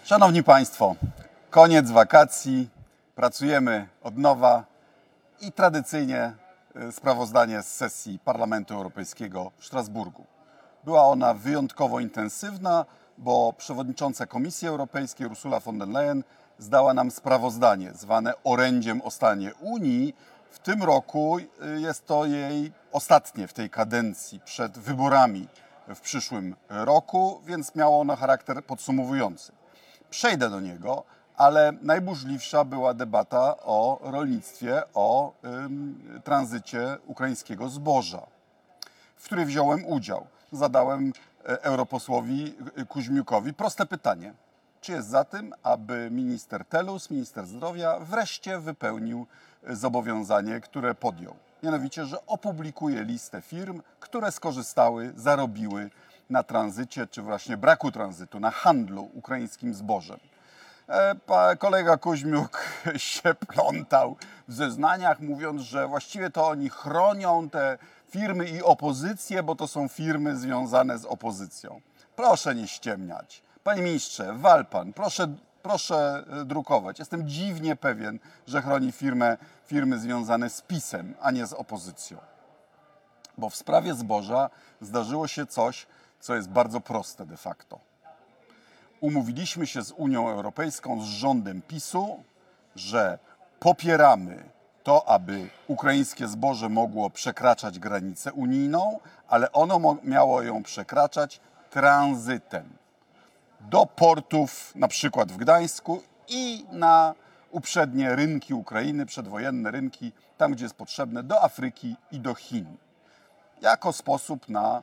Szanowni Państwo, koniec wakacji, pracujemy od nowa i tradycyjnie sprawozdanie z sesji Parlamentu Europejskiego w Strasburgu. Była ona wyjątkowo intensywna, bo przewodnicząca Komisji Europejskiej Ursula von der Leyen zdała nam sprawozdanie zwane orędziem o stanie Unii. W tym roku jest to jej ostatnie w tej kadencji przed wyborami w przyszłym roku, więc miało ono charakter podsumowujący. Przejdę do niego, ale najburzliwsza była debata o rolnictwie, o tranzycie ukraińskiego zboża, w której wziąłem udział. Zadałem europosłowi Kuźmiukowi proste pytanie. Czy jest za tym, aby minister Telus, minister zdrowia, wreszcie wypełnił zobowiązanie, które podjął? Mianowicie, że opublikuje listę firm, które skorzystały, zarobiły na tranzycie, czy właśnie braku tranzytu, na handlu ukraińskim zbożem. Kolega Kuźmiuk się plątał w zeznaniach, mówiąc, że właściwie to oni chronią te firmy i opozycję, bo to są firmy związane z opozycją. Proszę nie ściemniać. Panie ministrze, wal pan, proszę drukować. Jestem dziwnie pewien, że chroni firmy związane z PiS-em, a nie z opozycją. Bo w sprawie zboża zdarzyło się coś, co jest bardzo proste de facto. Umówiliśmy się z Unią Europejską, z rządem PiS-u, że popieramy to, aby ukraińskie zboże mogło przekraczać granicę unijną, ale ono miało ją przekraczać tranzytem do portów, na przykład w Gdańsku, i na uprzednie rynki Ukrainy, przedwojenne rynki, tam gdzie jest potrzebne, do Afryki i do Chin. Jako sposób na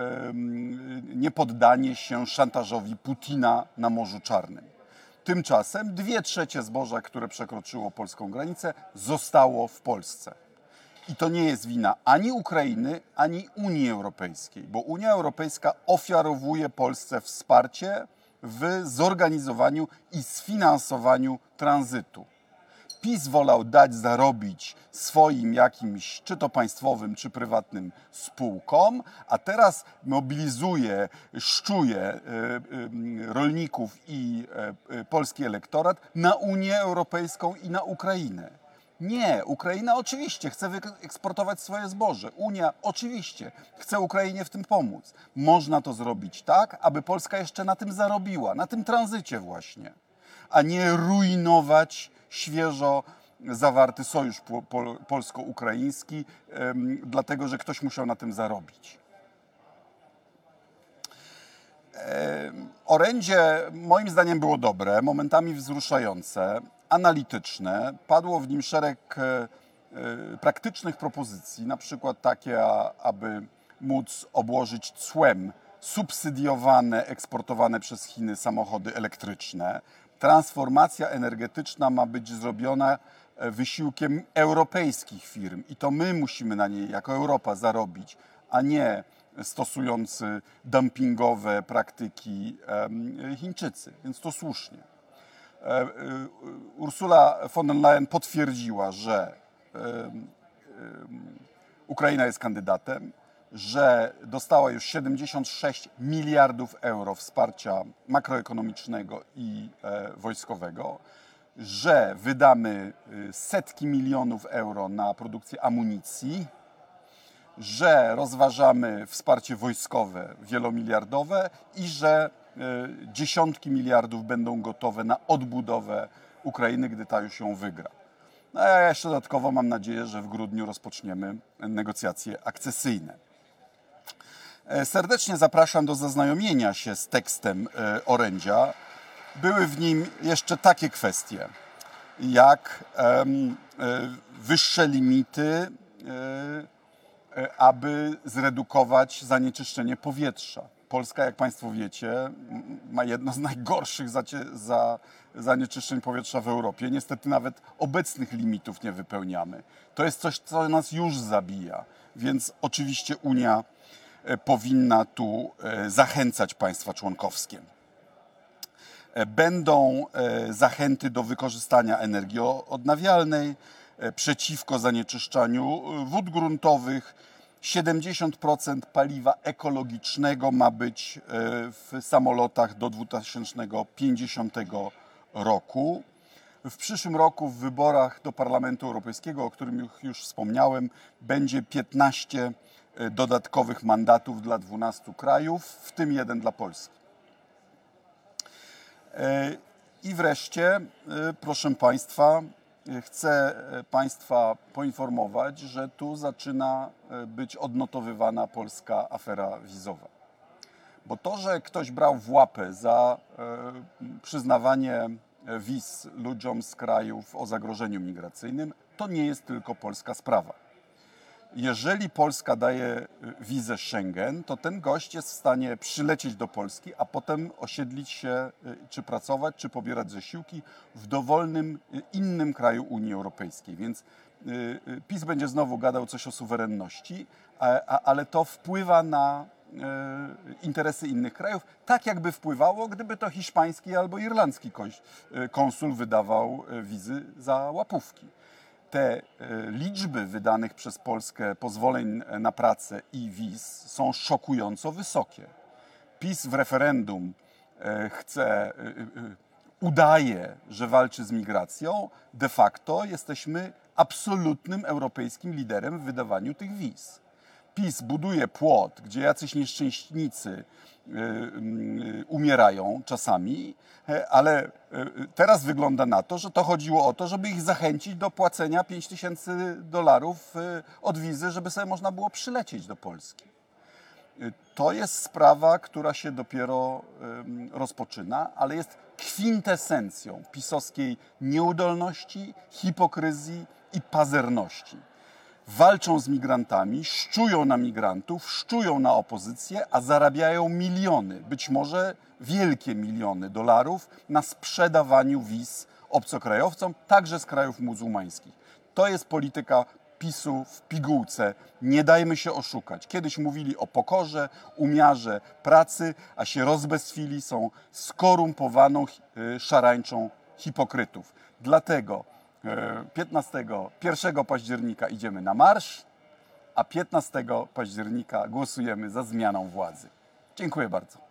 niepoddanie się szantażowi Putina na Morzu Czarnym. Tymczasem 2/3 zboża, które przekroczyło polską granicę, zostało w Polsce. I to nie jest wina ani Ukrainy, ani Unii Europejskiej, bo Unia Europejska ofiarowuje Polsce wsparcie w zorganizowaniu i sfinansowaniu tranzytu. PiS wolał dać zarobić swoim jakimś, czy to państwowym, czy prywatnym spółkom, a teraz mobilizuje, szczuje rolników i polski elektorat na Unię Europejską i na Ukrainę. Nie, Ukraina oczywiście chce wyeksportować swoje zboże. Unia oczywiście chce Ukrainie w tym pomóc. Można to zrobić tak, aby Polska jeszcze na tym zarobiła, na tym tranzycie właśnie, a nie rujnować świeżo zawarty sojusz polsko-ukraiński, dlatego że ktoś musiał na tym zarobić. Orędzie moim zdaniem było dobre, momentami wzruszające, analityczne. Padło w nim szereg praktycznych propozycji, na przykład takie, aby móc obłożyć cłem subsydiowane, eksportowane przez Chiny samochody elektryczne. Transformacja energetyczna ma być zrobiona wysiłkiem europejskich firm i to my musimy na niej jako Europa zarobić, a nie stosujący dumpingowe praktyki Chińczycy, więc to słusznie. Ursula von der Leyen potwierdziła, że Ukraina jest kandydatem, że dostała już 76 miliardów euro wsparcia makroekonomicznego i wojskowego, że wydamy setki milionów euro na produkcję amunicji, że rozważamy wsparcie wojskowe wielomiliardowe i że dziesiątki miliardów będą gotowe na odbudowę Ukrainy, gdy ta już ją wygra. No a ja jeszcze dodatkowo mam nadzieję, że w grudniu rozpoczniemy negocjacje akcesyjne. Serdecznie zapraszam do zaznajomienia się z tekstem orędzia. Były w nim jeszcze takie kwestie, jak wyższe limity, aby zredukować zanieczyszczenie powietrza. Polska, jak Państwo wiecie, ma jedno z najgorszych zanieczyszczeń powietrza w Europie. Niestety nawet obecnych limitów nie wypełniamy. To jest coś, co nas już zabija, więc oczywiście Unia powinna tu zachęcać państwa członkowskie. Będą zachęty do wykorzystania energii odnawialnej, przeciwko zanieczyszczaniu wód gruntowych, 70% paliwa ekologicznego ma być w samolotach do 2050 roku. W przyszłym roku w wyborach do Parlamentu Europejskiego, o którym już wspomniałem, będzie 15 dodatkowych mandatów dla 12 krajów, w tym jeden dla Polski. I wreszcie, proszę Państwa, chcę Państwa poinformować, że tu zaczyna być odnotowywana polska afera wizowa. Bo to, że ktoś brał w łapę za przyznawanie wiz ludziom z krajów o zagrożeniu migracyjnym, to nie jest tylko polska sprawa. Jeżeli Polska daje wizę Schengen, to ten gość jest w stanie przylecieć do Polski, a potem osiedlić się, czy pracować, czy pobierać zasiłki w dowolnym innym kraju Unii Europejskiej. Więc PiS będzie znowu gadał coś o suwerenności, ale to wpływa na interesy innych krajów, tak jakby wpływało, gdyby to hiszpański albo irlandzki konsul wydawał wizy za łapówki. Te liczby wydanych przez Polskę pozwoleń na pracę i wiz są szokująco wysokie. PiS w referendum udaje, że walczy z migracją. De facto jesteśmy absolutnym europejskim liderem w wydawaniu tych wiz. PiS buduje płot, gdzie jacyś nieszczęśnicy umierają czasami, ale teraz wygląda na to, że to chodziło o to, żeby ich zachęcić do płacenia $5000 od wizy, żeby sobie można było przylecieć do Polski. To jest sprawa, która się dopiero rozpoczyna, ale jest kwintesencją pisowskiej nieudolności, hipokryzji i pazerności. Walczą z migrantami, szczują na migrantów, szczują na opozycję, a zarabiają miliony, być może wielkie miliony dolarów na sprzedawaniu wiz obcokrajowcom, także z krajów muzułmańskich. To jest polityka PiS-u w pigułce. Nie dajmy się oszukać. Kiedyś mówili o pokorze, umiarze pracy, a się rozbestwili, są skorumpowaną, szarańczą hipokrytów. Dlatego 1 października idziemy na marsz, a 15 października głosujemy za zmianą władzy. Dziękuję bardzo.